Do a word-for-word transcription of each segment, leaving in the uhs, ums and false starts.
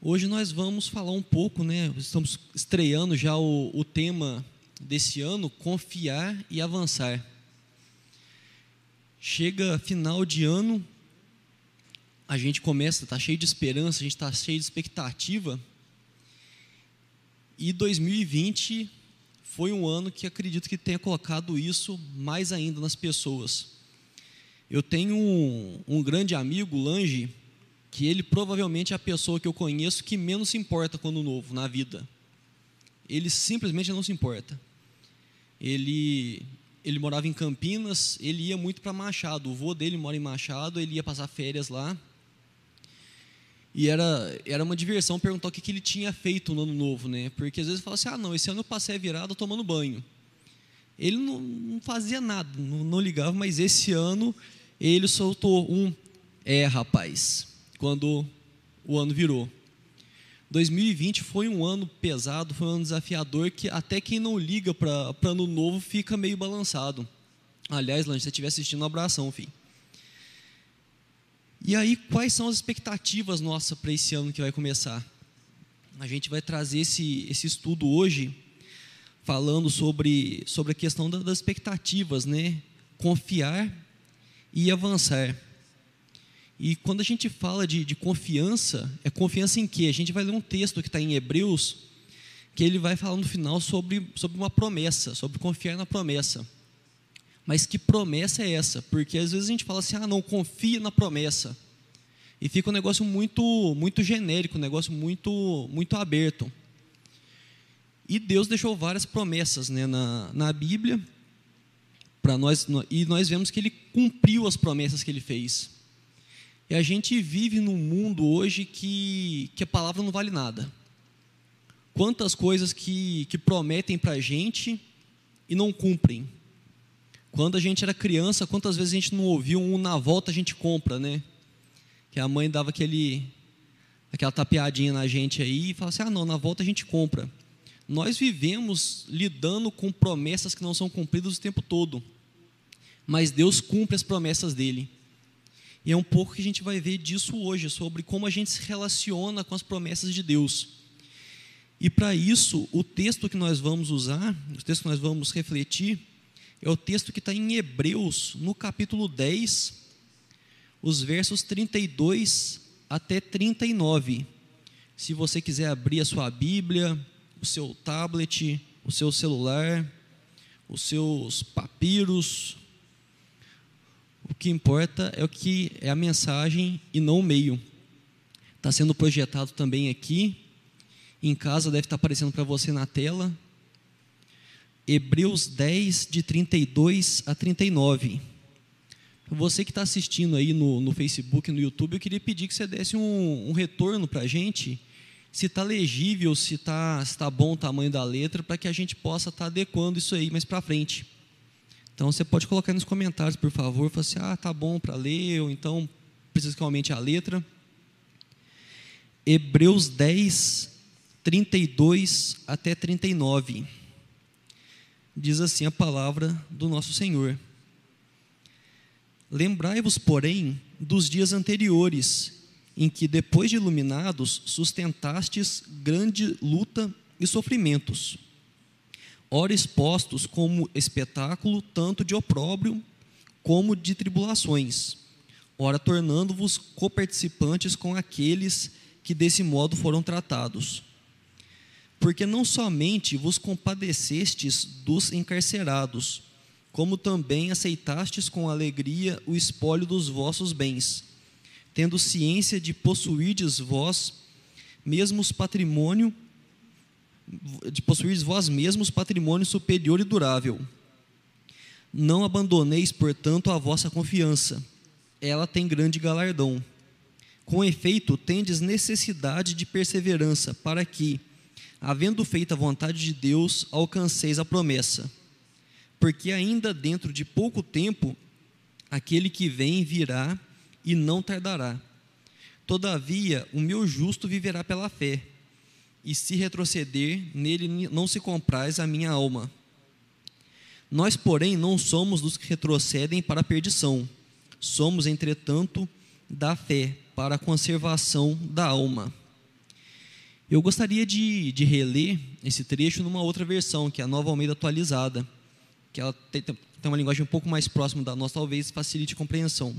Hoje nós vamos falar um pouco, né? Estamos estreando já o, o tema desse ano, confiar e avançar. Chega final de ano, a gente começa, está cheio de esperança, a gente está cheio de expectativa. E dois mil e vinte foi um ano que acredito que tenha colocado isso mais ainda nas pessoas. Eu tenho um, um grande amigo, Lange, que ele provavelmente é a pessoa que eu conheço que menos se importa com o ano novo na vida. Ele simplesmente não se importa. Ele, ele morava em Campinas, ele ia muito para Machado, o vô dele mora em Machado, ele ia passar férias lá. E era, era uma diversão perguntar o que, que ele tinha feito no ano novo, né? Porque às vezes fala assim, ah não, esse ano eu passei a virada tomando banho. Ele não, não fazia nada, não, não ligava, mas esse ano ele soltou um, é rapaz... quando o ano virou. dois mil e vinte foi um ano pesado, foi um ano desafiador, que até quem não liga para ano novo fica meio balançado. Aliás, Lange, se você estiver assistindo, um abração, filho. E aí, quais são as expectativas nossas para esse ano que vai começar? A gente vai trazer esse, esse estudo hoje, falando sobre, sobre a questão das expectativas, né? Confiar e avançar. E quando a gente fala de, de confiança, é confiança em quê? A gente vai ler um texto que está em Hebreus, que ele vai falar no final sobre, sobre uma promessa, sobre confiar na promessa. Mas que promessa é essa? Porque às vezes a gente fala assim, ah não, confia na promessa. E fica um negócio muito, muito genérico, um negócio muito, muito aberto. E Deus deixou várias promessas, né, na, na Bíblia, para nós, e nós vemos que Ele cumpriu as promessas que Ele fez. E a gente vive num mundo hoje que, que a palavra não vale nada. Quantas coisas que, que prometem para a gente e não cumprem. Quando a gente era criança, quantas vezes a gente não ouviu um na volta a gente compra, né? Que a mãe dava aquele, aquela tapeadinha na gente aí e falava assim, ah não, na volta a gente compra. Nós vivemos lidando com promessas que não são cumpridas o tempo todo. Mas Deus cumpre as promessas dele. E é um pouco que a gente vai ver disso hoje, sobre como a gente se relaciona com as promessas de Deus. E para isso, o texto que nós vamos usar, o texto que nós vamos refletir, é o texto que está em Hebreus, no capítulo dez, os versos trinta e dois até trinta e nove. Se você quiser abrir a sua Bíblia, o seu tablet, o seu celular, os seus papiros, o que importa é o que é a mensagem e não o meio. Está sendo projetado também aqui. Em casa deve estar aparecendo para você na tela. Hebreus dez, de trinta e dois a trinta e nove. Você que está assistindo aí no, no Facebook, no YouTube, eu queria pedir que você desse um, um retorno para a gente, se está legível, se está se tá bom o tamanho da letra, para que a gente possa estar tá adequando isso aí mais para frente. Então, você pode colocar aí nos comentários, por favor, falar assim, ah, tá bom para ler, ou então precisa que aumente a letra. Hebreus dez, trinta e dois até trinta e nove. Diz assim a palavra do nosso Senhor. Lembrai-vos, porém, dos dias anteriores, em que, depois de iluminados, sustentastes grande luta e sofrimentos, ora expostos como espetáculo tanto de opróbrio como de tribulações, ora tornando-vos coparticipantes com aqueles que desse modo foram tratados. Porque não somente vos compadecestes dos encarcerados, como também aceitastes com alegria o espólio dos vossos bens, tendo ciência de possuirdes vós mesmos patrimônio de possuir vós mesmos patrimônio superior e durável. Não abandoneis, portanto, a vossa confiança. Ela tem grande galardão. Com efeito, tendes necessidade de perseverança, para que, havendo feito a vontade de Deus, alcanceis a promessa. Porque ainda dentro de pouco tempo, aquele que vem virá e não tardará. Todavia, o meu justo viverá pela fé. E se retroceder, nele não se compraz a minha alma. Nós, porém, não somos dos que retrocedem para a perdição. Somos, entretanto, da fé para a conservação da alma. Eu gostaria de, de reler esse trecho numa outra versão, que é a Nova Almeida Atualizada, que ela tem, tem uma linguagem um pouco mais próxima da nossa, talvez facilite a compreensão.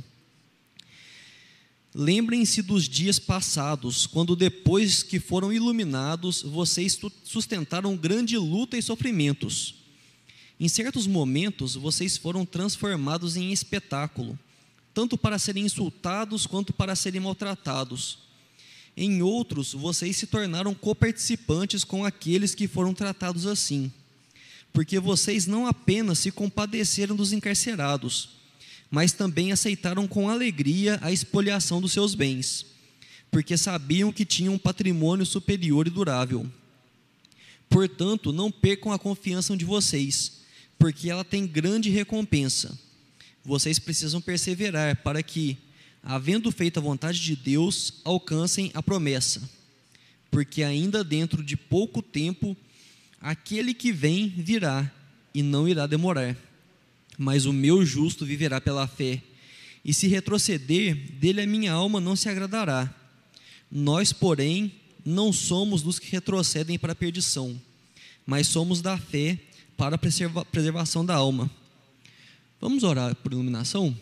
Lembrem-se dos dias passados, quando depois que foram iluminados, vocês sustentaram grande luta e sofrimentos. Em certos momentos, vocês foram transformados em espetáculo, tanto para serem insultados quanto para serem maltratados. Em outros, vocês se tornaram coparticipantes com aqueles que foram tratados assim, porque vocês não apenas se compadeceram dos encarcerados, mas também aceitaram com alegria a expoliação dos seus bens, porque sabiam que tinham um patrimônio superior e durável. Portanto, não percam a confiança de vocês, porque ela tem grande recompensa. Vocês precisam perseverar para que, havendo feito a vontade de Deus, alcancem a promessa, porque ainda dentro de pouco tempo, aquele que vem virá e não irá demorar. Mas o meu justo viverá pela fé, e se retroceder, dele a minha alma não se agradará. Nós, porém, não somos dos que retrocedem para a perdição, mas somos da fé para a preserva- preservação da alma. Vamos orar por iluminação?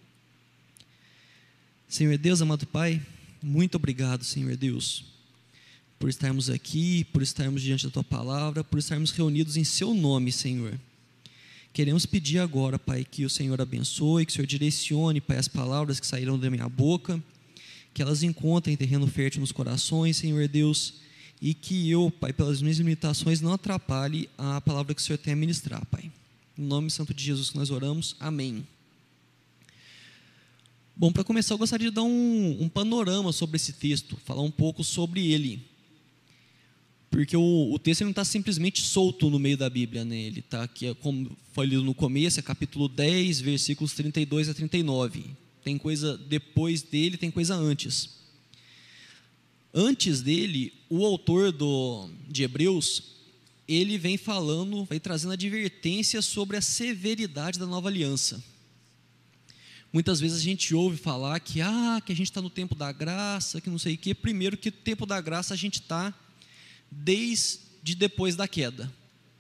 Senhor Deus, amado Pai, muito obrigado, Senhor Deus, por estarmos aqui, por estarmos diante da Tua Palavra, por estarmos reunidos em Seu nome, Senhor. Queremos pedir agora, Pai, que o Senhor abençoe, que o Senhor direcione, Pai, as palavras que saíram da minha boca, que elas encontrem terreno fértil nos corações, Senhor Deus, e que eu, Pai, pelas minhas limitações, não atrapalhe a palavra que o Senhor tem a ministrar, Pai. Em nome santo de Jesus que nós oramos, amém. Bom, para começar, eu gostaria de dar um, um panorama sobre esse texto, falar um pouco sobre ele. Porque o, o texto não está simplesmente solto no meio da Bíblia, né? Ele está aqui, como foi lido no começo, é capítulo dez, versículos trinta e dois a trinta e nove. Tem coisa depois dele, tem coisa antes. Antes dele, o autor do, de Hebreus, ele vem falando, vai trazendo advertências sobre a severidade da nova aliança. Muitas vezes a gente ouve falar que, ah, que a gente está no tempo da graça, que não sei o quê. Primeiro que o tempo da graça a gente está desde depois da queda.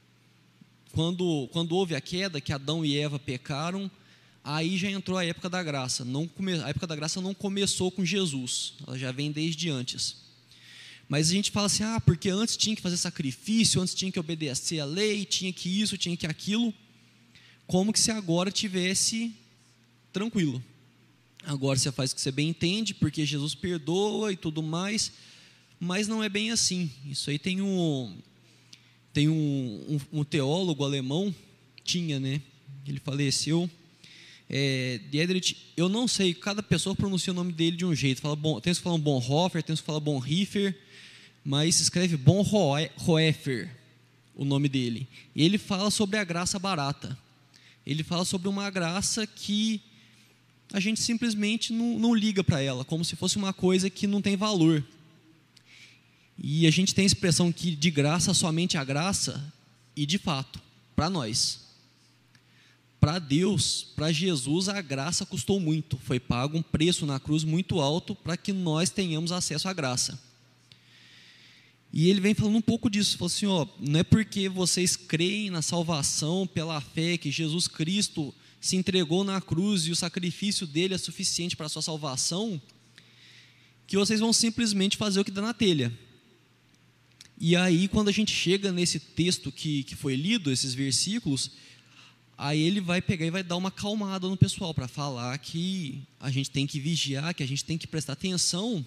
Quando, quando houve a queda, que Adão e Eva pecaram, aí já entrou a época da graça. Não come, a época da graça não começou com Jesus, ela já vem desde antes. Mas a gente fala assim, ah, porque antes tinha que fazer sacrifício, antes tinha que obedecer a lei, tinha que isso, tinha que aquilo, como que se agora tivesse tranquilo. Agora você faz o que você bem entende, porque Jesus perdoa e tudo mais, mas não é bem assim. Isso aí tem um, tem um, um, um teólogo alemão, tinha, né? Ele faleceu, é, Dietrich, eu não sei, cada pessoa pronuncia o nome dele de um jeito. Fala bom, tem uns que falam Bonhoeffer, tem uns que falam Bonhoeffer, mas se escreve Bonhoeffer, o nome dele. E ele fala sobre a graça barata. Ele fala sobre uma graça que a gente simplesmente não, não liga para ela, como se fosse uma coisa que não tem valor. E a gente tem a expressão que de graça somente a graça, e de fato, para nós, para Deus, para Jesus, a graça custou muito, foi pago um preço na cruz muito alto para que nós tenhamos acesso à graça. E ele vem falando um pouco disso, falou assim, ó, não é porque vocês creem na salvação pela fé, que Jesus Cristo se entregou na cruz e o sacrifício dele é suficiente para a sua salvação, que vocês vão simplesmente fazer o que dá na telha. E aí, quando a gente chega nesse texto que, que foi lido, esses versículos, aí ele vai pegar e vai dar uma acalmada no pessoal, para falar que a gente tem que vigiar, que a gente tem que prestar atenção,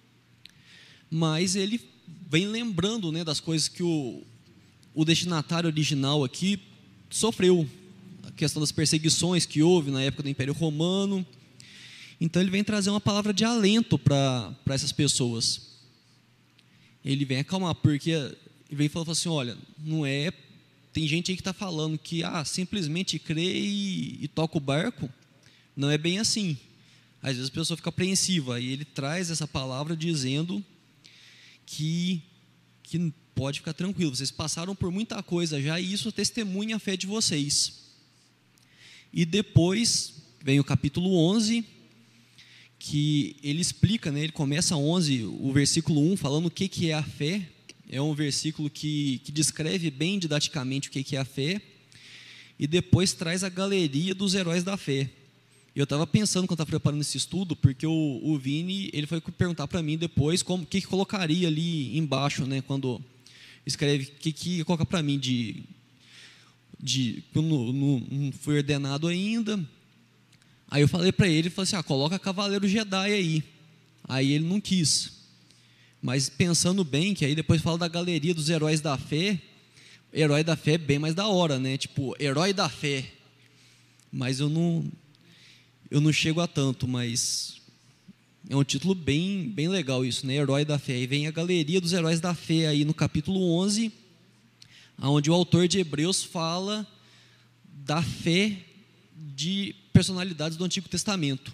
mas ele vem lembrando, né, das coisas que o, o destinatário original aqui sofreu, a questão das perseguições que houve na época do Império Romano. Então ele vem trazer uma palavra de alento para essas pessoas. Ele vem acalmar, porque ele vem falando assim, olha, não é, tem gente aí que está falando que ah, simplesmente crê e, e toca o barco, não é bem assim. Às vezes a pessoa fica apreensiva, e ele traz essa palavra dizendo que, que pode ficar tranquilo, vocês passaram por muita coisa já, e isso testemunha a fé de vocês. E depois vem o capítulo onze, que ele explica, né, ele começa onze, o versículo um, falando o que, que é a fé, É um versículo que, que descreve bem didaticamente o que é a fé e depois traz a galeria dos heróis da fé. Eu estava pensando quando estava preparando esse estudo, porque o, o Vini ele foi perguntar para mim depois como que, que colocaria ali embaixo, né, quando escreve, o que, que coloca para mim de, de eu não, não, não fui ordenado ainda. Aí eu falei para ele, falei assim, ah, coloca Cavaleiro Jedi aí. Aí ele não quis. Mas pensando bem, que aí depois fala da galeria dos heróis da fé, herói da fé é bem mais da hora, né? Tipo, herói da fé. Mas eu não, eu não chego a tanto, mas é um título bem, bem legal isso, né? Herói da fé. Aí vem a galeria dos heróis da fé aí no capítulo onze, onde o autor de Hebreus fala da fé de personalidades do Antigo Testamento.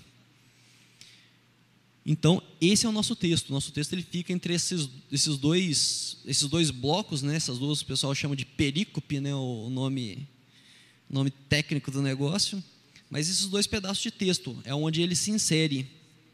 Então, esse é o nosso texto. O nosso texto ele fica entre esses, esses, dois, esses dois blocos, né? Essas duas, o pessoal chama de perícope, né? o nome, nome técnico do negócio. Mas esses dois pedaços de texto é onde ele se insere.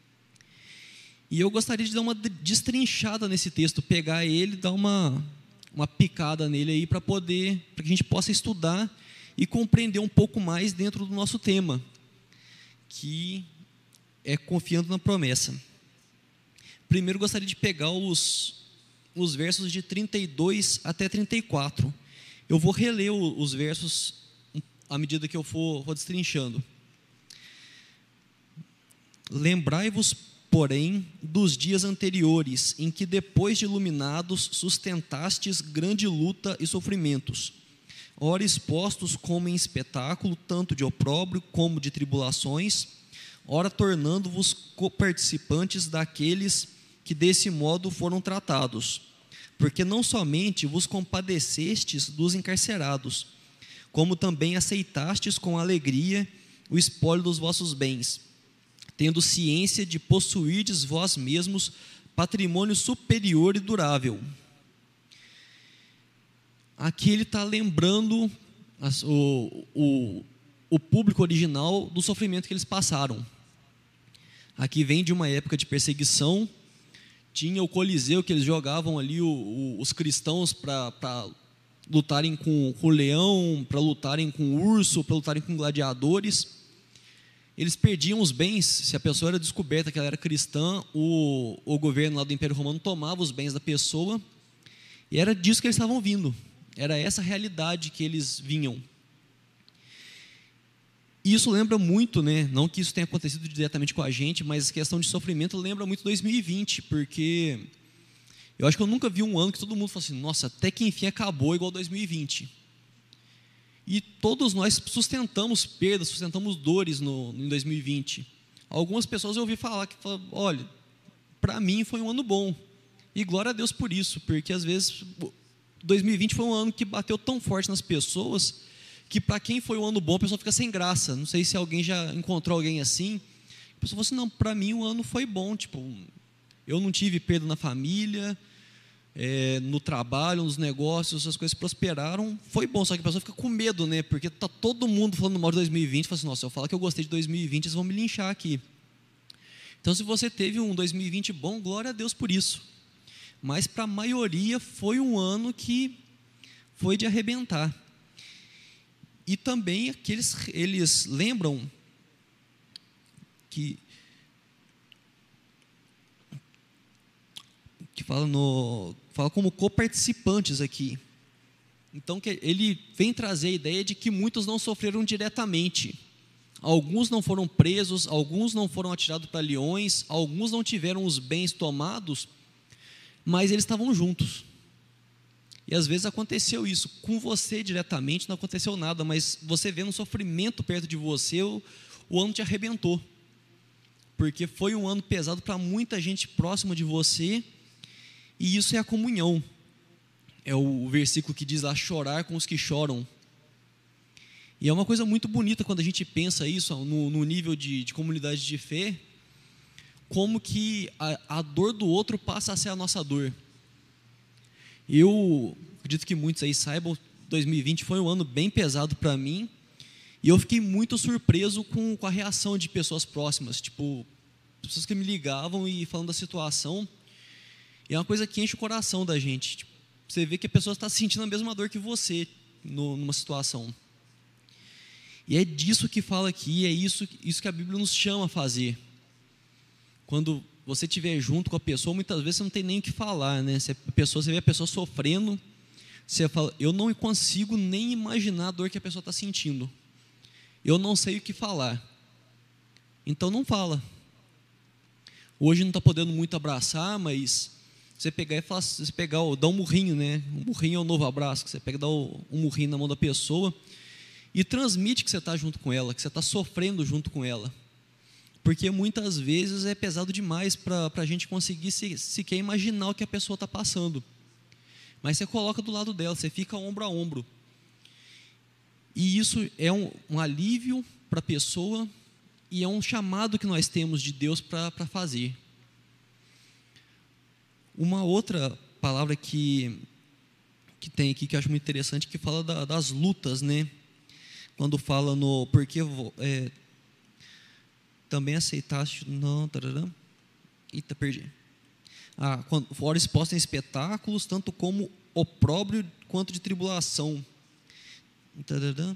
E eu gostaria de dar uma destrinchada nesse texto, pegar ele, dar uma, uma picada nele aí para poder, para que a gente possa estudar e compreender um pouco mais dentro do nosso tema, que é confiando na promessa. Primeiro gostaria de pegar os, os versos de trinta e dois até trinta e quatro. Eu vou reler o, os versos à medida que eu for, for destrinchando. Lembrai-vos, porém, dos dias anteriores, em que depois de iluminados sustentastes grande luta e sofrimentos, ora expostos como em espetáculo, tanto de opróbrio como de tribulações, ora tornando-vos coparticipantes daqueles que desse modo foram tratados, porque não somente vos compadecestes dos encarcerados, como também aceitastes com alegria o espólio dos vossos bens, tendo ciência de possuirdes vós mesmos patrimônio superior e durável. Aqui ele está lembrando as, o, o, o público original do sofrimento que eles passaram. Aqui vem de uma época de perseguição, tinha o Coliseu que eles jogavam ali o, o, os cristãos para lutarem com, com o leão, para lutarem com o urso, para lutarem com gladiadores. Eles perdiam os bens, se a pessoa era descoberta que ela era cristã, o, o governo lá do Império Romano tomava os bens da pessoa, e era disso que eles estavam vindo, era essa realidade que eles vinham. E isso lembra muito, né, não que isso tenha acontecido diretamente com a gente, mas a questão de sofrimento lembra muito dois mil e vinte, porque eu acho que eu nunca vi um ano que todo mundo fala assim, nossa, até que enfim acabou igual dois mil e vinte. E todos nós sustentamos perdas, sustentamos dores no, em dois mil e vinte. Algumas pessoas eu ouvi falar que, olha, para mim foi um ano bom, e glória a Deus por isso, porque às vezes dois mil e vinte foi um ano que bateu tão forte nas pessoas, que para quem foi um ano bom, a pessoa fica sem graça. Não sei se alguém já encontrou alguém assim. A pessoa falou assim, não, para mim o ano foi bom, tipo, eu não tive perda na família, é, no trabalho, nos negócios, as coisas prosperaram, foi bom, só que a pessoa fica com medo, né, porque está todo mundo falando mal de dois mil e vinte, fala assim, nossa, se eu falar que eu gostei de dois mil e vinte, eles vão me linchar aqui. Então, se você teve um dois mil e vinte bom, glória a Deus por isso. Mas para a maioria foi um ano que foi de arrebentar. E também aqueles, eles lembram que, que fala, no, fala como coparticipantes aqui. Então, que ele vem trazer a ideia de que muitos não sofreram diretamente. Alguns não foram presos, alguns não foram atirados para leões, alguns não tiveram os bens tomados, mas eles estavam juntos. E às vezes aconteceu isso, com você diretamente não aconteceu nada, mas você vendo um sofrimento perto de você, o, o ano te arrebentou. Porque foi um ano pesado para muita gente próxima de você, e isso é a comunhão. É o versículo que diz lá, chorar com os que choram. E é uma coisa muito bonita quando a gente pensa isso no, no nível de, de comunidade de fé, como que a, a dor do outro passa a ser a nossa dor. Eu acredito que muitos aí saibam, dois mil e vinte foi um ano bem pesado para mim, e eu fiquei muito surpreso com, com a reação de pessoas próximas, tipo, pessoas que me ligavam e falando da situação, e é uma coisa que enche o coração da gente. Tipo, você vê que a pessoa está sentindo a mesma dor que você no, numa situação. E é disso que fala aqui, é isso, isso que a Bíblia nos chama a fazer. Quando você estiver junto com a pessoa, muitas vezes você não tem nem o que falar, né? Se a pessoa, você vê a pessoa sofrendo, você fala, eu não consigo nem imaginar a dor que a pessoa está sentindo. Eu não sei o que falar. Então não fala. Hoje não está podendo muito abraçar, mas você pegar e falar, você pegar, dar um murrinho, né? Um murrinho é o novo abraço, que você pega e dá um murrinho na mão da pessoa e transmite que você está junto com ela, que você está sofrendo junto com ela. Porque muitas vezes é pesado demais para a gente conseguir se, sequer imaginar o que a pessoa está passando. Mas você coloca do lado dela, você fica ombro a ombro. E isso é um, um alívio para a pessoa e é um chamado que nós temos de Deus para fazer. Uma outra palavra que, que tem aqui, que eu acho muito interessante, que fala da, das lutas, né? Quando fala no... Porque é, também aceitaste... Não, tarará, eita, perdi. Ah, quando, fora exposta em espetáculos, tanto como opróbrio quanto de tribulação. Tarará.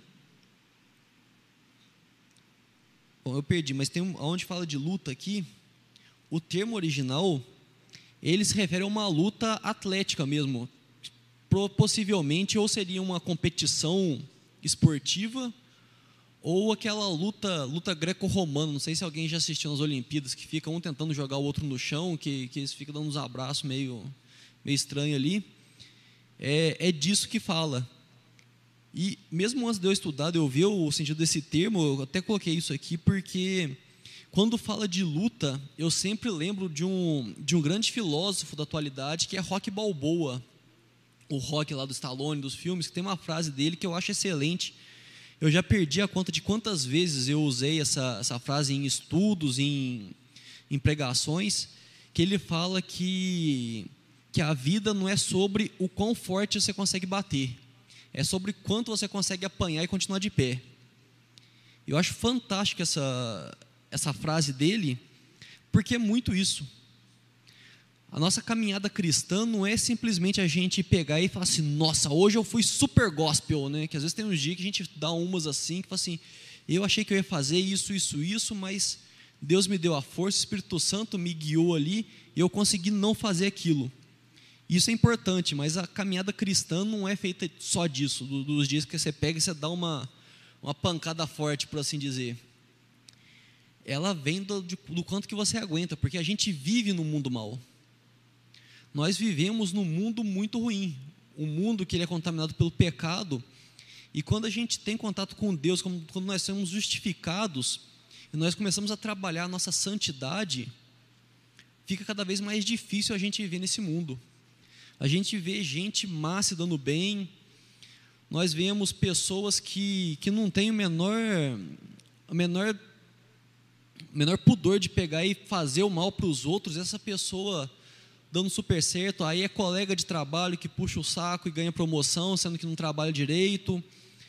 Bom, eu perdi, mas tem um, onde fala de luta aqui, o termo original, ele se refere a uma luta atlética mesmo. Possivelmente, ou seria uma competição esportiva, ou aquela luta, luta greco-romana. Não sei se alguém já assistiu nas Olimpíadas, que fica um tentando jogar o outro no chão, que, que eles ficam dando uns abraços meio, meio estranho ali. É, é disso que fala. E mesmo antes de eu estudar, de eu ver o sentido desse termo, eu até coloquei isso aqui, porque quando fala de luta, eu sempre lembro de um, de um grande filósofo da atualidade, que é Rocky Balboa, o Rocky lá do Stallone, dos filmes, que tem uma frase dele que eu acho excelente. Eu já perdi a conta de quantas vezes eu usei essa, essa frase em estudos, em, em pregações, que ele fala que, que a vida não é sobre o quão forte você consegue bater, é sobre quanto você consegue apanhar e continuar de pé. Eu acho fantástico essa, essa frase dele, porque é muito isso. A nossa caminhada cristã não é simplesmente a gente pegar e falar assim, nossa, hoje eu fui super gospel, né? Que às vezes tem uns dias que a gente dá umas assim, que fala assim, eu achei que eu ia fazer isso, isso, isso, mas Deus me deu a força, o Espírito Santo me guiou ali, e eu consegui não fazer aquilo. Isso é importante, mas a caminhada cristã não é feita só disso, dos dias que você pega e você dá uma, uma pancada forte, por assim dizer. Ela vem do, do quanto que você aguenta, porque a gente vive num mundo mau. Nós vivemos num mundo muito ruim, um mundo que ele é contaminado pelo pecado, e quando a gente tem contato com Deus, quando nós somos justificados, e nós começamos a trabalhar a nossa santidade, fica cada vez mais difícil a gente viver nesse mundo. A gente vê gente má se dando bem, nós vemos pessoas que, que não têm o menor, o menor, o menor pudor de pegar e fazer o mal para os outros, essa pessoa dando super certo, aí é colega de trabalho que puxa o saco e ganha promoção, sendo que não trabalha direito,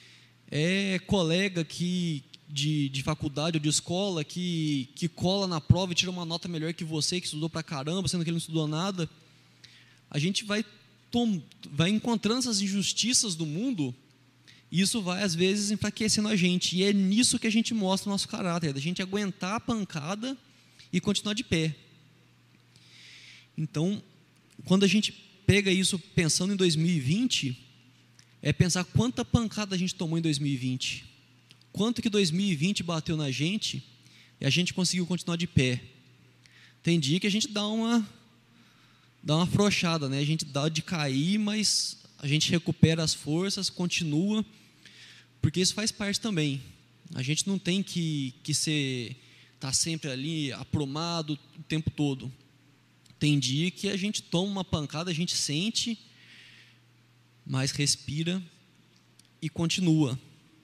é colega que, de, de faculdade ou de escola que, que cola na prova e tira uma nota melhor que você, que estudou pra caramba, sendo que ele não estudou nada. A gente vai, tom, vai encontrando essas injustiças do mundo, e isso vai às vezes enfraquecendo a gente, e é nisso que a gente mostra o nosso caráter, da gente aguentar a pancada e continuar de pé. Então, quando a gente pega isso pensando em dois mil e vinte, é pensar quanta pancada a gente tomou em dois mil e vinte, quanto que dois mil e vinte bateu na gente e a gente conseguiu continuar de pé. Tem dia que a gente dá uma dá uma afrouxada, né? A gente dá de cair, mas a gente recupera as forças, continua, porque isso faz parte também. A gente não tem que, que ser, tá sempre ali aprumado o tempo todo. Tem dia que a gente toma uma pancada, a gente sente, mas respira e continua.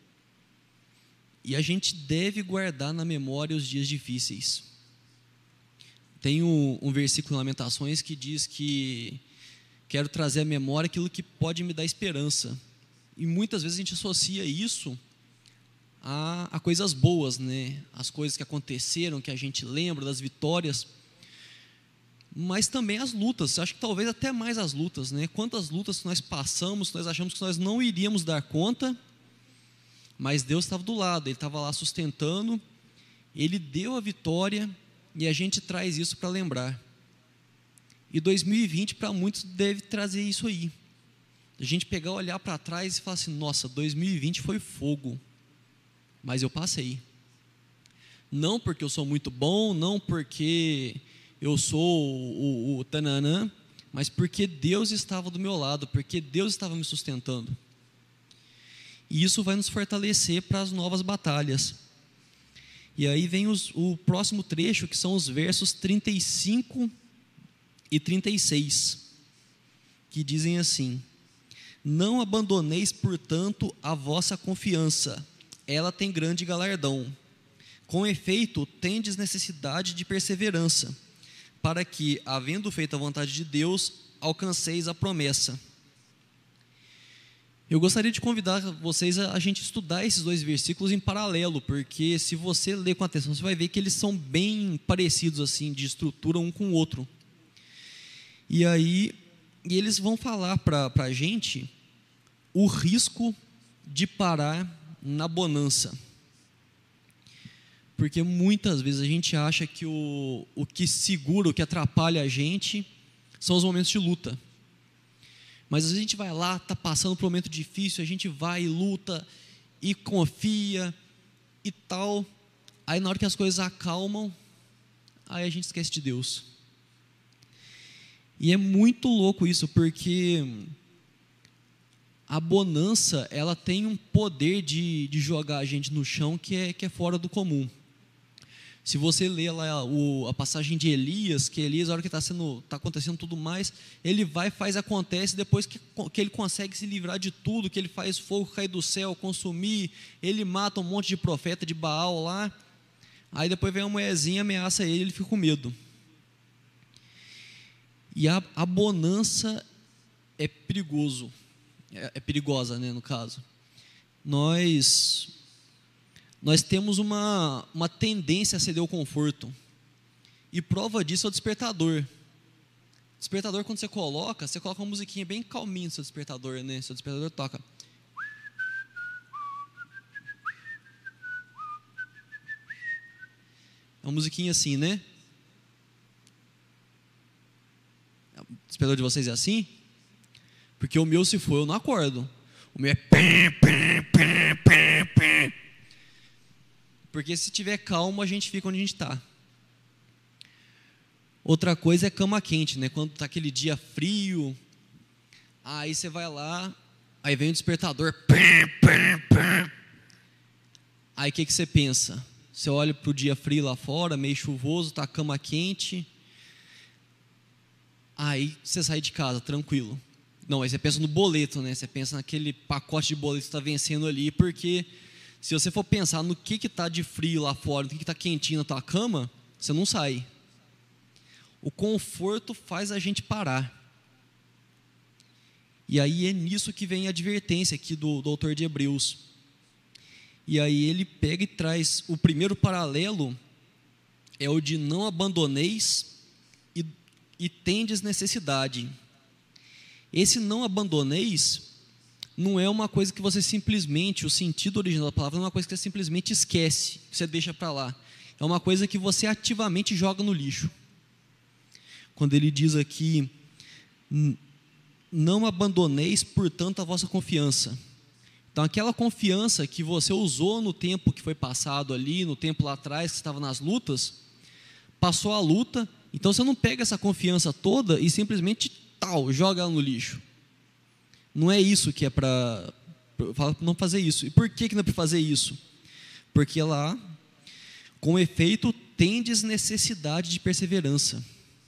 E a gente deve guardar na memória os dias difíceis. Tem um, um versículo em Lamentações que diz que quero trazer à memória aquilo que pode me dar esperança. E muitas vezes a gente associa isso a, a coisas boas, né? As coisas que aconteceram, que a gente lembra das vitórias. mas também as lutas. Acho que talvez até mais as lutas, né? Quantas lutas que nós passamos, que nós achamos que nós não iríamos dar conta, mas Deus estava do lado, Ele estava lá sustentando, Ele deu a vitória, e a gente traz isso para lembrar. E dois mil e vinte para muitos deve trazer isso aí. A gente pegar, olhar para trás e falar assim: nossa, dois mil e vinte foi fogo, mas eu passei. Não porque eu sou muito bom, não porque eu sou o, o, o tananã, mas porque Deus estava do meu lado, porque Deus estava me sustentando. E isso vai nos fortalecer para as novas batalhas. E aí vem os, o próximo trecho, que são os versos trinta e cinco e trinta e seis, que dizem assim: não abandoneis, portanto, a vossa confiança, ela tem grande galardão. Com efeito, tendes necessidade de perseverança, para que, havendo feito a vontade de Deus, alcanceis a promessa. Eu gostaria de convidar vocês a, a gente estudar esses dois versículos em paralelo, porque se você ler com atenção, você vai ver que eles são bem parecidos, assim, de estrutura um com o outro. E aí, e eles vão falar para a gente o risco de parar na bonança. Porque muitas vezes a gente acha que o, o que segura, o que atrapalha a gente, são os momentos de luta. Mas a gente vai lá, está passando por um momento difícil, a gente vai e luta, e confia, e tal. Aí na hora que as coisas acalmam, aí a gente esquece de Deus. E é muito louco isso, porque a bonança, ela tem um poder de, de jogar a gente no chão que é, que é fora do comum. Se você ler lá o, a passagem de Elias, que Elias, na hora que está tá acontecendo tudo mais, ele vai, faz, acontece, depois que, que ele consegue se livrar de tudo, que ele faz fogo cair do céu, consumir, ele mata um monte de profeta de Baal lá, aí depois vem uma mulherzinha, ameaça ele, ele fica com medo. E a, a bonança é perigoso, é, é perigosa, né, no caso. Nós... Nós temos uma, uma tendência a ceder ao conforto. E prova disso é o despertador. Despertador, quando você coloca, você coloca uma musiquinha bem calminha no seu despertador, né? Seu despertador toca. É uma musiquinha assim, né? O despertador de vocês é assim? Porque o meu, se for, eu não acordo. O meu é... Pim, pim, pim, pim, pim. Porque se tiver calmo, a gente fica onde a gente está. Outra coisa é cama quente, né? Quando está aquele dia frio, aí você vai lá, aí vem o despertador, pim, pim, pim. Aí o que, que você pensa? Você olha para o dia frio lá fora, meio chuvoso, está a cama quente, aí você sai de casa, tranquilo. Não, aí você pensa no boleto, né? Você pensa naquele pacote de boleto que está vencendo ali, porque... se você for pensar no que está de frio lá fora, no que está quentinho na tua cama, você não sai. O conforto faz a gente parar. E aí é nisso que vem a advertência aqui do, do autor de Hebreus. E aí ele pega e traz o primeiro paralelo, é o de não abandoneis e, e tendes necessidade. Esse não abandoneis não é uma coisa que você simplesmente, o sentido original da palavra não é uma coisa que você simplesmente esquece, que você deixa para lá. É uma coisa que você ativamente joga no lixo. Quando ele diz aqui, não abandoneis, portanto, a vossa confiança. Então, aquela confiança que você usou no tempo que foi passado ali, no tempo lá atrás, que você estava nas lutas, passou a luta, então você não pega essa confiança toda e simplesmente, tal, joga ela no lixo. Não é isso que é para não fazer isso. E por que, que não é para fazer isso? Porque lá, com efeito, tendes necessidade de perseverança.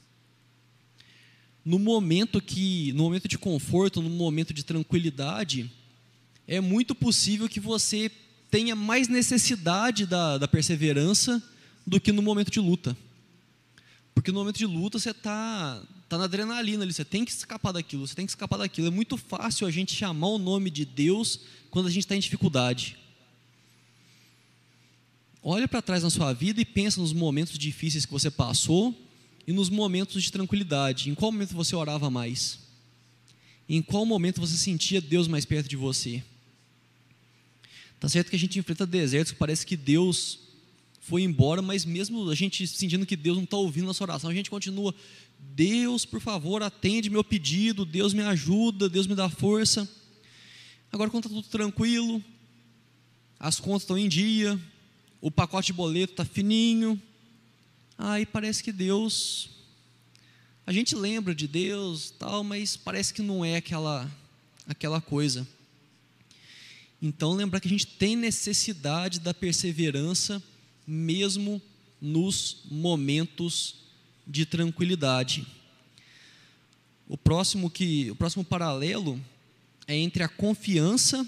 No momento que, no momento de conforto, no momento de tranquilidade, é muito possível que você tenha mais necessidade da, da perseverança do que no momento de luta. Porque no momento de luta você está tá na adrenalina ali, você tem que escapar daquilo, você tem que escapar daquilo. É muito fácil a gente chamar o nome de Deus quando a gente está em dificuldade. Olha para trás na sua vida e pensa nos momentos difíceis que você passou e nos momentos de tranquilidade. Em qual momento você orava mais? Em qual momento você sentia Deus mais perto de você? Tá certo que a gente enfrenta desertos que parece que Deus foi embora, mas mesmo a gente sentindo que Deus não está ouvindo nossa oração, a gente continua: Deus, por favor, atende meu pedido, Deus me ajuda, Deus me dá força. Agora, quando está tudo tranquilo, as contas estão em dia, o pacote de boleto está fininho, aí parece que Deus, a gente lembra de Deus, tal, mas parece que não é aquela, aquela coisa. Então, lembrar que a gente tem necessidade da perseverança, mesmo nos momentos de tranquilidade. O próximo, que, o próximo paralelo é entre a confiança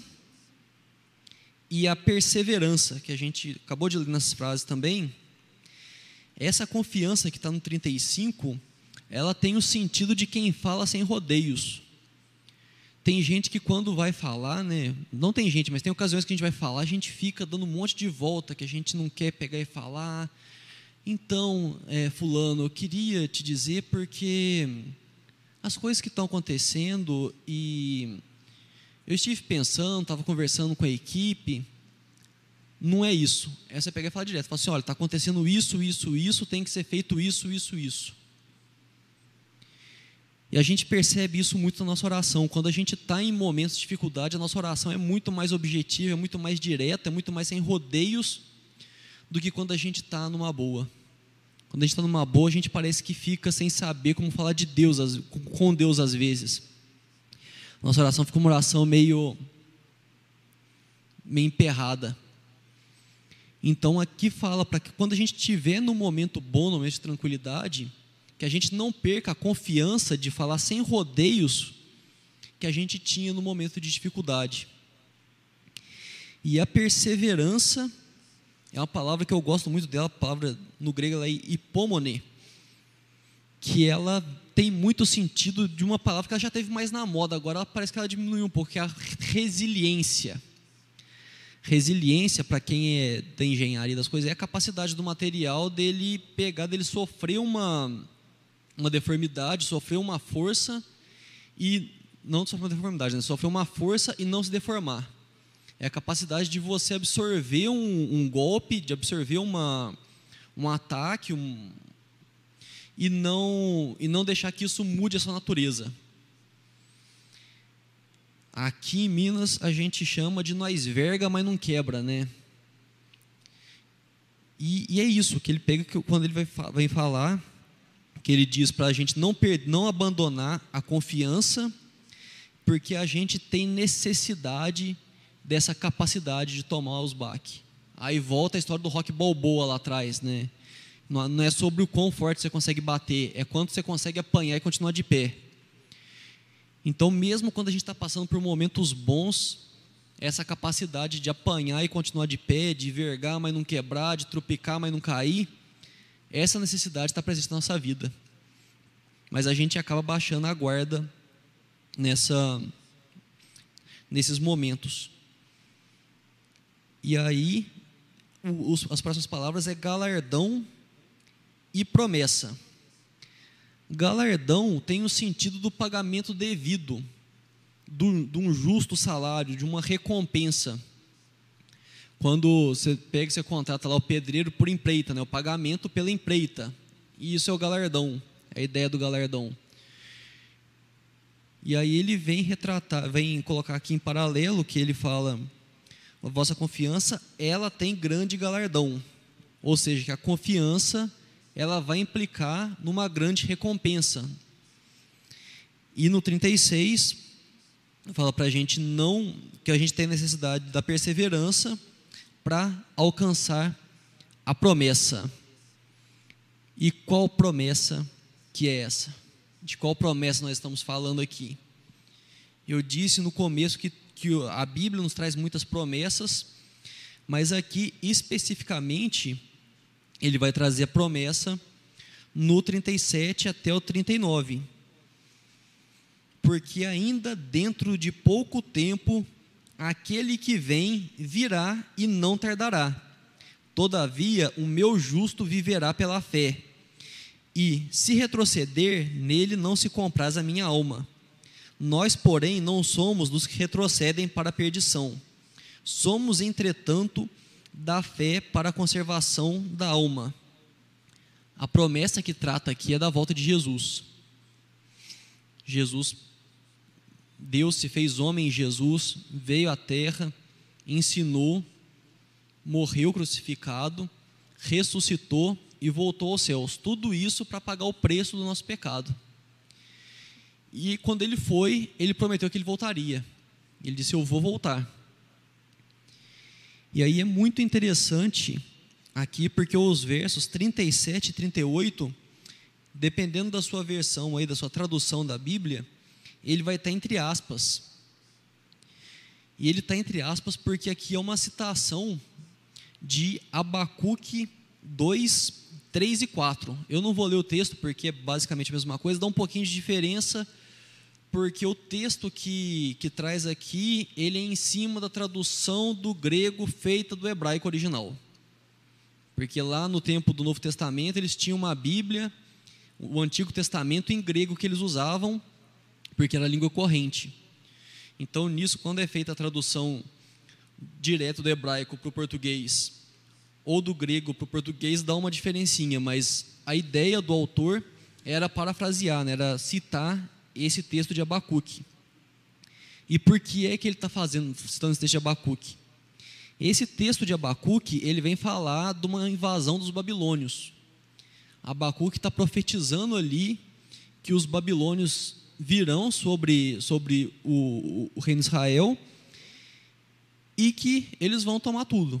e a perseverança, que a gente acabou de ler nessas frases também. Essa confiança que está no trinta e cinco, ela tem o sentido de quem fala sem rodeios. Tem gente que quando vai falar, né, não tem gente, mas tem ocasiões que a gente vai falar, a gente fica dando um monte de volta, que a gente não quer pegar e falar. Então, é, fulano, eu queria te dizer porque as coisas que estão acontecendo, e eu estive pensando, estava conversando com a equipe, não é isso. Aí você pega e fala direto, fala assim: olha, está acontecendo isso, isso, isso, tem que ser feito isso, isso, isso. E a gente percebe isso muito na nossa oração. Quando a gente está em momentos de dificuldade, a nossa oração é muito mais objetiva, é muito mais direta, é muito mais sem rodeios do que quando a gente está numa boa. Quando a gente está numa boa, a gente parece que fica sem saber como falar de Deus, com Deus às vezes. Nossa oração fica uma oração meio, meio emperrada. Então aqui fala para que quando a gente estiver no momento bom, no momento de tranquilidade, que a gente não perca a confiança de falar sem rodeios que a gente tinha no momento de dificuldade. E a perseverança é uma palavra que eu gosto muito dela, a palavra no grego ela é hipomone, que ela tem muito sentido de uma palavra que ela já teve mais na moda, agora ela parece que ela diminuiu um pouco, que é a resiliência. Resiliência, para quem é da engenharia das coisas, é a capacidade do material dele pegar, dele sofrer uma, uma deformidade, sofrer uma força e não sofrer uma deformidade, né? Sofrer uma força e não se deformar. É a capacidade de você absorver um, um golpe, de absorver uma, um ataque, um, e, não, e não deixar que isso mude a sua natureza. Aqui em Minas a gente chama de nós verga, mas não quebra, né? E, e é isso que ele pega, que quando ele vai, vai falar, que ele diz para a gente não, per, não abandonar a confiança, porque a gente tem necessidade dessa capacidade de tomar os baques. Aí volta a história do Rock Balboa lá atrás, né? Não é sobre o quão forte você consegue bater, é quanto você consegue apanhar e continuar de pé. Então, mesmo quando a gente está passando por momentos bons, essa capacidade de apanhar e continuar de pé, de vergar, mas não quebrar, de tropicar, mas não cair, essa necessidade está presente na nossa vida. Mas a gente acaba baixando a guarda nessa, nesses momentos. E aí, os, as próximas palavras é galardão e promessa. Galardão tem o sentido do pagamento devido, do, de um justo salário, de uma recompensa. Quando você pega e você contrata lá o pedreiro por empreita, né, o pagamento pela empreita. E isso é o galardão, é a ideia do galardão. E aí ele vem retratar, vem colocar aqui em paralelo, que ele fala: a vossa confiança, ela tem grande galardão. Ou seja, que a confiança, ela vai implicar numa grande recompensa. E no trinta e seis, fala para a gente não, que a gente tem necessidade da perseverança para alcançar a promessa. E qual promessa que é essa? De qual promessa nós estamos falando aqui? Eu disse no começo que, que a Bíblia nos traz muitas promessas, mas aqui especificamente ele vai trazer a promessa no trinta e sete até o trinta e nove. Porque ainda dentro de pouco tempo, aquele que vem virá e não tardará. Todavia, o meu justo viverá pela fé. E, se retroceder, nele não se compraz a minha alma. Nós, porém, não somos dos que retrocedem para a perdição. Somos, entretanto, da fé para a conservação da alma. A promessa que trata aqui é da volta de Jesus. Jesus, Deus se fez homem em Jesus, veio à terra, ensinou, morreu crucificado, ressuscitou e voltou aos céus. Tudo isso para pagar o preço do nosso pecado. E quando ele foi, ele prometeu que ele voltaria. Ele disse: eu vou voltar. E aí é muito interessante aqui, porque os versos trinta e sete e trinta e oito, dependendo da sua versão aí, da sua tradução da Bíblia, ele vai estar entre aspas. E ele está entre aspas porque aqui é uma citação de Abacuque dois, três e quatro. Eu não vou ler o texto porque é basicamente a mesma coisa, dá um pouquinho de diferença, porque o texto que, que traz aqui, ele é em cima da tradução do grego feita do hebraico original. Porque lá no tempo do Novo Testamento, eles tinham uma Bíblia, o Antigo Testamento em grego que eles usavam, porque era a língua corrente. Então, nisso, quando é feita a tradução direto do hebraico para o português, ou do grego para o português, dá uma diferencinha, mas a ideia do autor era parafrasear, né? Era citar esse texto de Abacuque. E por que é que ele está fazendo, citando esse texto de Abacuque? Esse texto de Abacuque, ele vem falar de uma invasão dos babilônios. Abacuque está profetizando ali que os babilônios virão sobre, sobre o, o reino de Israel e que eles vão tomar tudo.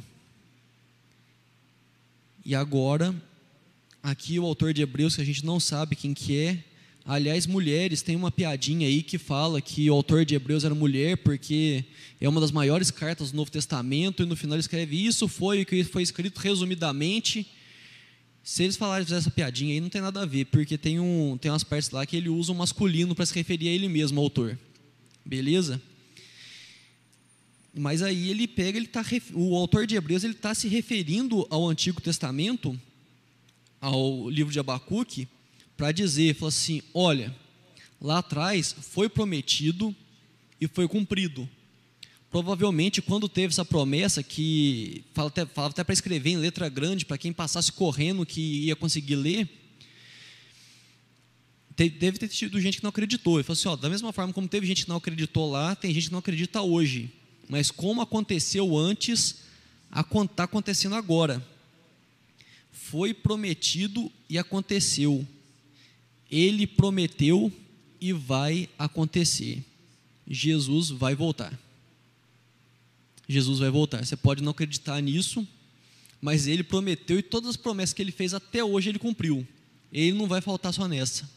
E agora, aqui o autor de Hebreus, que a gente não sabe quem que é, aliás, mulheres, tem uma piadinha aí que fala que o autor de Hebreus era mulher, porque é uma das maiores cartas do Novo Testamento, e no final ele escreve: isso foi o que foi escrito resumidamente. Se eles falarem essa piadinha aí, não tem nada a ver, porque tem, um, tem umas partes lá que ele usa um masculino para se referir a ele mesmo, o autor. Beleza? Mas aí ele pega, ele tá, o autor de Hebreus, ele está se referindo ao Antigo Testamento, ao livro de Abacuque, para dizer, fala assim: olha, lá atrás foi prometido e foi cumprido. Provavelmente, quando teve essa promessa, que fala até, falava até para escrever em letra grande, para quem passasse correndo que ia conseguir ler, deve ter tido gente que não acreditou. Ele falou assim: ó, da mesma forma como teve gente que não acreditou lá, tem gente que não acredita hoje. Mas como aconteceu antes, está acontecendo agora. Foi prometido e aconteceu. Ele prometeu e vai acontecer. Jesus vai voltar. Jesus vai voltar. Você pode não acreditar nisso, mas ele prometeu, e todas as promessas que ele fez até hoje ele cumpriu. Ele não vai faltar só nessa.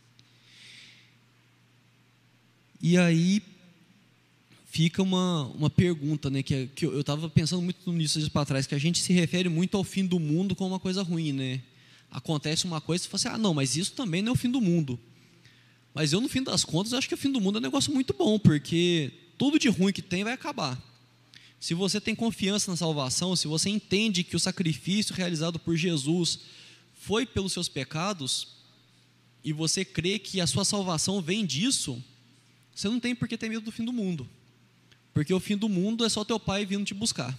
E aí fica uma, uma pergunta, né, que, que eu estava pensando muito nisso para trás, que a gente se refere muito ao fim do mundo como uma coisa ruim, né? Acontece uma coisa e você fala assim: ah, não, mas isso também não é o fim do mundo. Mas eu, no fim das contas, acho que o fim do mundo é um negócio muito bom, porque tudo de ruim que tem vai acabar. Se você tem confiança na salvação, se você entende que o sacrifício realizado por Jesus foi pelos seus pecados, e você crê que a sua salvação vem disso, você não tem por que ter medo do fim do mundo, porque o fim do mundo é só teu pai vindo te buscar.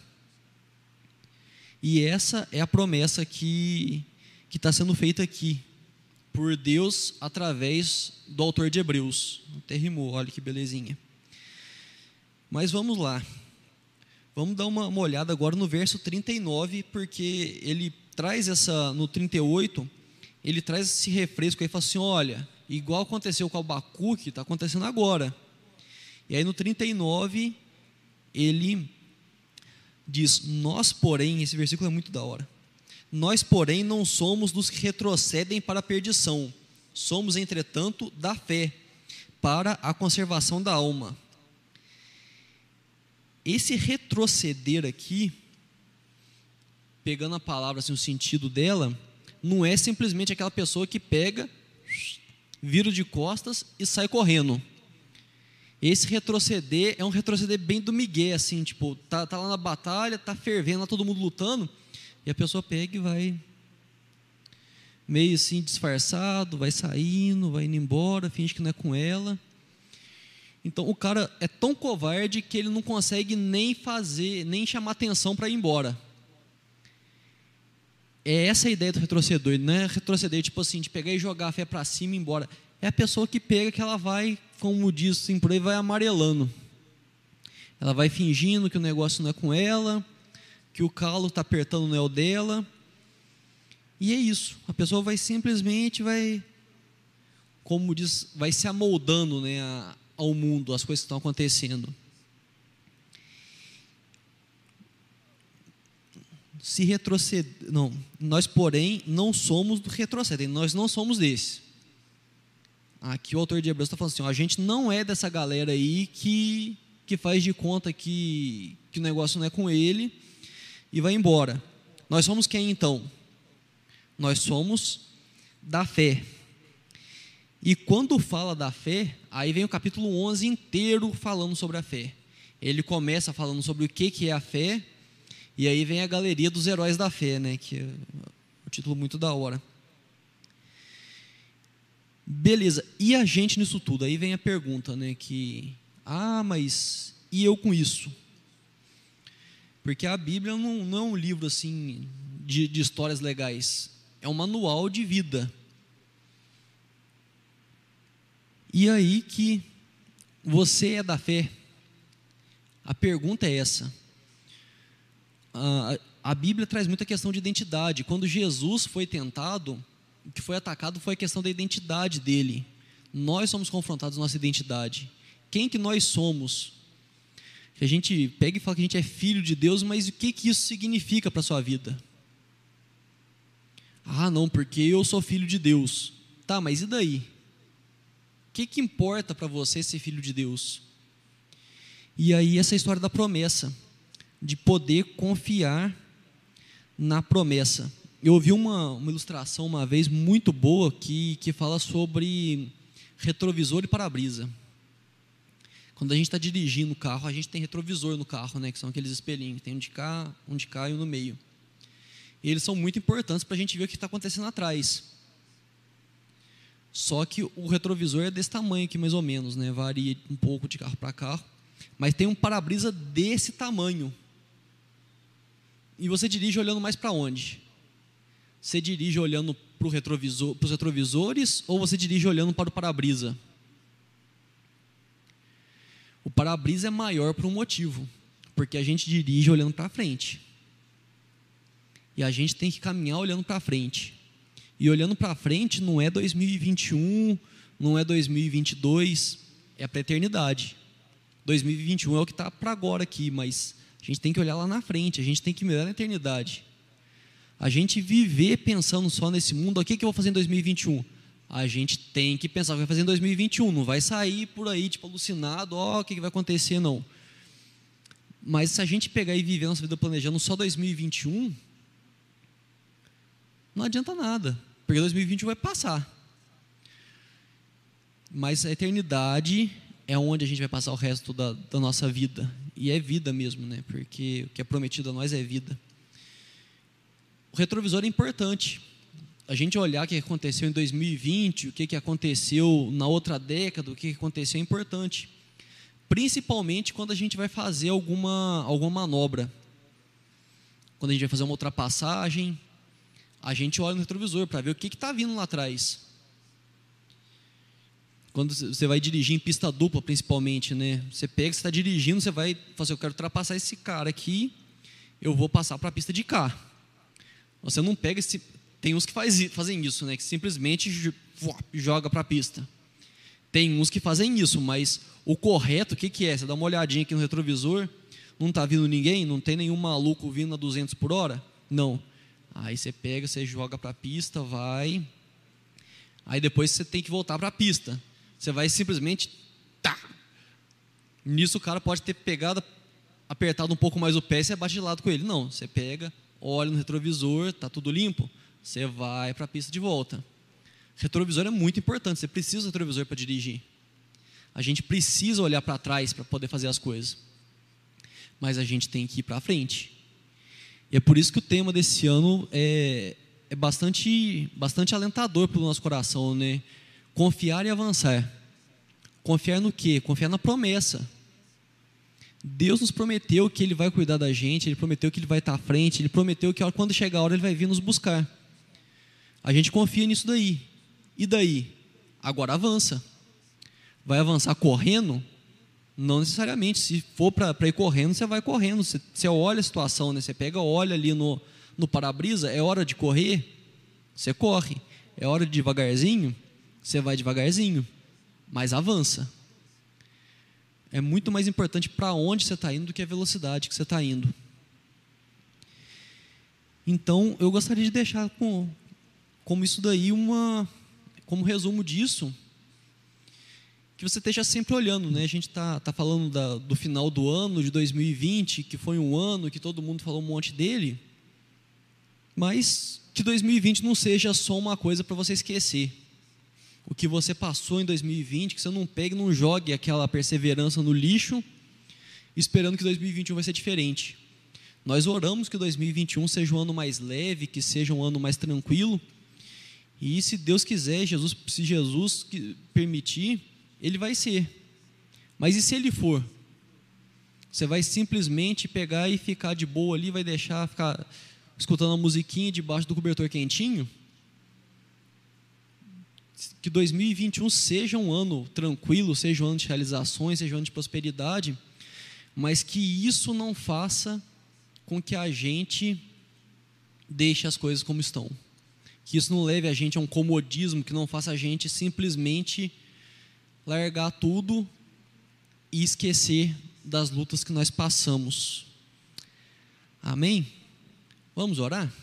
E essa é a promessa que que está sendo feita aqui por Deus através do autor de Hebreus. Até rimou, olha que belezinha. Mas vamos lá. Vamos dar uma, uma olhada agora no verso trinta e nove, porque ele traz essa, no trinta e oito, ele traz esse refresco aí, fala assim: olha, igual aconteceu com Abacuque, está acontecendo agora. E aí no trinta e nove, ele diz: nós, porém, esse versículo é muito da hora. Nós, porém, não somos dos que retrocedem para a perdição, somos, entretanto, da fé, para a conservação da alma. Esse retroceder aqui, pegando a palavra, assim, o sentido dela, não é simplesmente aquela pessoa que pega, vira de costas e sai correndo. Esse retroceder é um retroceder bem do migué, assim, tipo, tá, tá lá na batalha, tá fervendo, lá todo mundo lutando, e a pessoa pega e vai meio assim disfarçado, vai saindo, vai indo embora, finge que não é com ela. Então o cara é tão covarde que ele não consegue nem fazer, nem chamar atenção para ir embora. É essa a ideia do retroceder, não é retroceder tipo assim, de pegar e jogar a fé para cima e ir embora. É a pessoa que pega que ela vai, como diz assim, por aí, vai amarelando. Ela vai fingindo que o negócio não é com ela, que o calo está apertando não é o dela. E é isso, a pessoa vai simplesmente, vai, como diz, vai se amoldando, né, a, ao mundo, às coisas que estão acontecendo. Se retroceder, não, nós porém não somos do retroceder, nós não somos desse. Aqui o autor de Hebreus está falando assim, ó, a gente não é dessa galera aí que, que faz de conta que, que o negócio não é com ele e vai embora. Nós somos quem então? Nós somos da fé. E quando fala da fé, aí vem o capítulo onze inteiro falando sobre a fé. Ele começa falando sobre o que, que é a fé, e aí vem a galeria dos heróis da fé, né, que é um título muito da hora. Beleza, e a gente nisso tudo? Aí vem a pergunta, né, que, ah, mas e eu com isso? Porque a Bíblia não, não é um livro assim de, de histórias legais, é um manual de vida. E aí que você é da fé? A pergunta é essa. A, a Bíblia traz muita questão de identidade. Quando Jesus foi tentado, o que foi atacado foi a questão da identidade dele. Nós somos confrontados com nossa identidade. Quem que nós somos? A gente pega e fala que a gente é filho de Deus, mas o que, que isso significa para a sua vida? Ah, não, porque eu sou filho de Deus. Tá, mas e daí? O que, que importa para você ser filho de Deus? E aí essa história da promessa, de poder confiar na promessa. Eu ouvi uma, uma ilustração uma vez muito boa que, que fala sobre retrovisor e para-brisa. Quando a gente está dirigindo o carro, a gente tem retrovisor no carro, né, que são aqueles espelhinhos, que tem um de cá, um de cá e um no meio. E eles são muito importantes para a gente ver o que está acontecendo atrás. Só que o retrovisor é desse tamanho aqui, mais ou menos, né? Varia um pouco de carro para carro. Mas tem um para-brisa desse tamanho. E você dirige olhando mais para onde? Você dirige olhando para o retrovisor, para os retrovisores, ou você dirige olhando para o para-brisa? O para-brisa é maior por um motivo, porque a gente dirige olhando para frente. E a gente tem que caminhar olhando para frente. E olhando para frente não é dois mil e vinte e um, não é dois mil e vinte e dois, é para a eternidade. dois mil e vinte e um é o que está para agora aqui, mas a gente tem que olhar lá na frente, a gente tem que mirar na eternidade. A gente viver pensando só nesse mundo, o que, que eu vou fazer em dois mil e vinte e um? A gente tem que pensar o que vai fazer em dois mil e vinte e um, não vai sair por aí tipo alucinado, ó, o que, que vai acontecer, não. Mas se a gente pegar e viver nossa vida planejando só dois mil e vinte e um, não adianta nada, porque dois mil e vinte e um vai passar. Mas a eternidade é onde a gente vai passar o resto da, da nossa vida. E é vida mesmo, né? Porque o que é prometido a nós é vida. O retrovisor é importante. A gente olhar o que aconteceu em dois mil e vinte, o que aconteceu na outra década, o que aconteceu é importante. Principalmente quando a gente vai fazer alguma, alguma manobra. Quando a gente vai fazer uma ultrapassagem, a gente olha no retrovisor para ver o que está vindo lá atrás. Quando você vai dirigir em pista dupla, principalmente, né? Você pega, você está dirigindo, você vai falar assim, eu quero ultrapassar esse cara aqui, eu vou passar para a pista de cá. Você não pega esse... Tem uns que faz, fazem isso, né? Que simplesmente joga para a pista. Tem uns que fazem isso, mas o correto, o que, que é? Você dá uma olhadinha aqui no retrovisor, não está vindo ninguém, não tem nenhum maluco vindo a duzentos por hora? Não. Aí você pega, você joga para a pista, vai. Aí depois você tem que voltar para a pista. Você vai simplesmente... Tá. Nisso o cara pode ter pegado, apertado um pouco mais o pé e você bate de lado com ele. Não, você pega, olha no retrovisor, está tudo limpo, você vai para a pista de volta. Retrovisor é muito importante, você precisa do retrovisor para dirigir. A gente precisa olhar para trás para poder fazer as coisas. Mas a gente tem que ir para frente. E é por isso que o tema desse ano é, é bastante, bastante alentador para o nosso coração, né? Confiar e avançar. Confiar no quê? Confiar na promessa. Deus nos prometeu que Ele vai cuidar da gente, Ele prometeu que Ele vai estar à frente, Ele prometeu que quando chegar a hora Ele vai vir nos buscar. A gente confia nisso daí. E daí? Agora avança. Vai avançar correndo? Não necessariamente. Se for para ir correndo, você vai correndo. Você, você olha a situação, né? Você pega, olha ali no, no para-brisa, é hora de correr? Você corre. É hora de devagarzinho? Você vai devagarzinho. Mas avança. É muito mais importante para onde você está indo do que a velocidade que você está indo. Então, eu gostaria de deixar com, como isso daí, uma, como resumo disso, que você esteja sempre olhando, né? A gente está tá falando da, do final do ano de dois mil e vinte, que foi um ano que todo mundo falou um monte dele, mas que dois mil e vinte não seja só uma coisa para você esquecer. O que você passou em dois mil e vinte, que você não pegue e não jogue aquela perseverança no lixo, esperando que dois mil e vinte e um vai ser diferente. Nós oramos que dois mil e vinte e um seja um ano mais leve, que seja um ano mais tranquilo, e se Deus quiser, Jesus, se Jesus permitir, Ele vai ser. Mas e se Ele for? Você vai simplesmente pegar e ficar de boa ali, vai deixar ficar escutando a musiquinha debaixo do cobertor quentinho? Que dois mil e vinte e um seja um ano tranquilo, seja um ano de realizações, seja um ano de prosperidade, mas que isso não faça com que a gente deixe as coisas como estão. Que isso não leve a gente a um comodismo, que não faça a gente simplesmente largar tudo e esquecer das lutas que nós passamos. Amém? Vamos orar?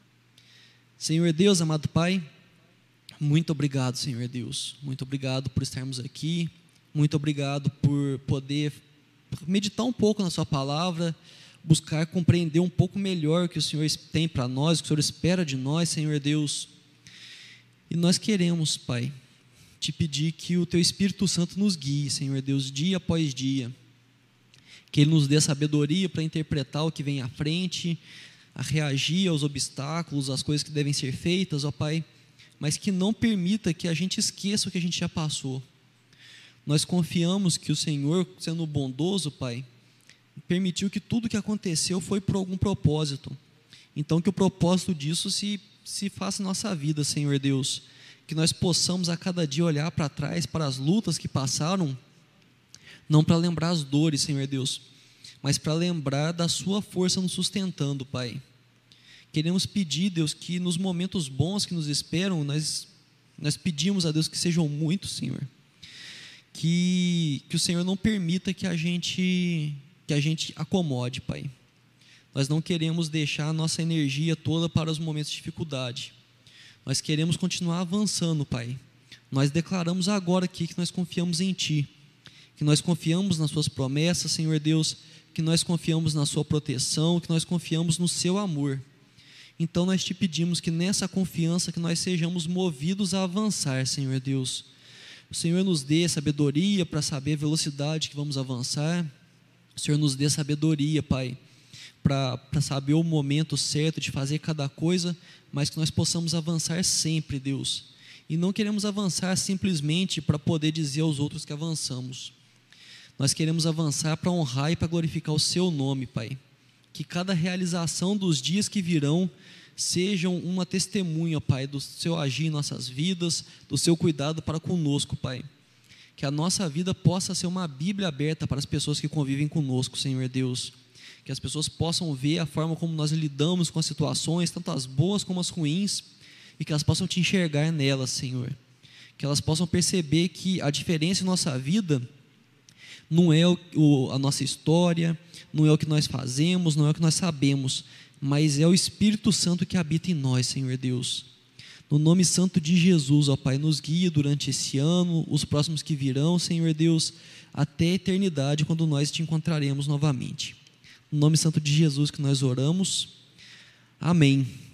Senhor Deus, amado Pai, muito obrigado, Senhor Deus. Muito obrigado por estarmos aqui. Muito obrigado por poder meditar um pouco na sua palavra, buscar compreender um pouco melhor o que o Senhor tem para nós, o que o Senhor espera de nós, Senhor Deus. E nós queremos, Pai, te pedir que o Teu Espírito Santo nos guie, Senhor Deus, dia após dia. Que Ele nos dê sabedoria para interpretar o que vem à frente, a reagir aos obstáculos, às coisas que devem ser feitas, ó Pai, mas que não permita que a gente esqueça o que a gente já passou. Nós confiamos que o Senhor, sendo bondoso, Pai, permitiu que tudo que aconteceu foi por algum propósito. Então, que o propósito disso se, se faça em nossa vida, Senhor Deus. Que nós possamos a cada dia olhar para trás, para as lutas que passaram, não para lembrar as dores, Senhor Deus, mas para lembrar da sua força nos sustentando, Pai. Queremos pedir, Deus, que nos momentos bons que nos esperam, nós, nós pedimos a Deus que sejam muitos, Senhor. Que, que o Senhor não permita que a gente, que a gente acomode, Pai. Nós não queremos deixar a nossa energia toda para os momentos de dificuldade. Nós queremos continuar avançando, Pai. Nós declaramos agora aqui que nós confiamos em Ti, que nós confiamos nas Suas promessas, Senhor Deus, que nós confiamos na Sua proteção, que nós confiamos no Seu amor. Então nós te pedimos que nessa confiança que nós sejamos movidos a avançar, Senhor Deus. O Senhor nos dê sabedoria para saber a velocidade que vamos avançar. O Senhor nos dê sabedoria, Pai, para, para saber o momento certo de fazer cada coisa, mas que nós possamos avançar sempre, Deus. E não queremos avançar simplesmente para poder dizer aos outros que avançamos. Nós queremos avançar para honrar e para glorificar o Seu nome, Pai. Que cada realização dos dias que virão sejam uma testemunha, Pai, do Seu agir em nossas vidas, do Seu cuidado para conosco, Pai. Que a nossa vida possa ser uma Bíblia aberta para as pessoas que convivem conosco, Senhor Deus. Que as pessoas possam ver a forma como nós lidamos com as situações, tanto as boas como as ruins, e que elas possam Te enxergar nelas, Senhor. Que elas possam perceber que a diferença em nossa vida não é o, o, a nossa história, não é o que nós fazemos, não é o que nós sabemos, mas é o Espírito Santo que habita em nós, Senhor Deus. No nome santo de Jesus, ó Pai, nos guia durante esse ano, os próximos que virão, Senhor Deus, até a eternidade, quando nós Te encontraremos novamente. No nome santo de Jesus que nós oramos. Amém.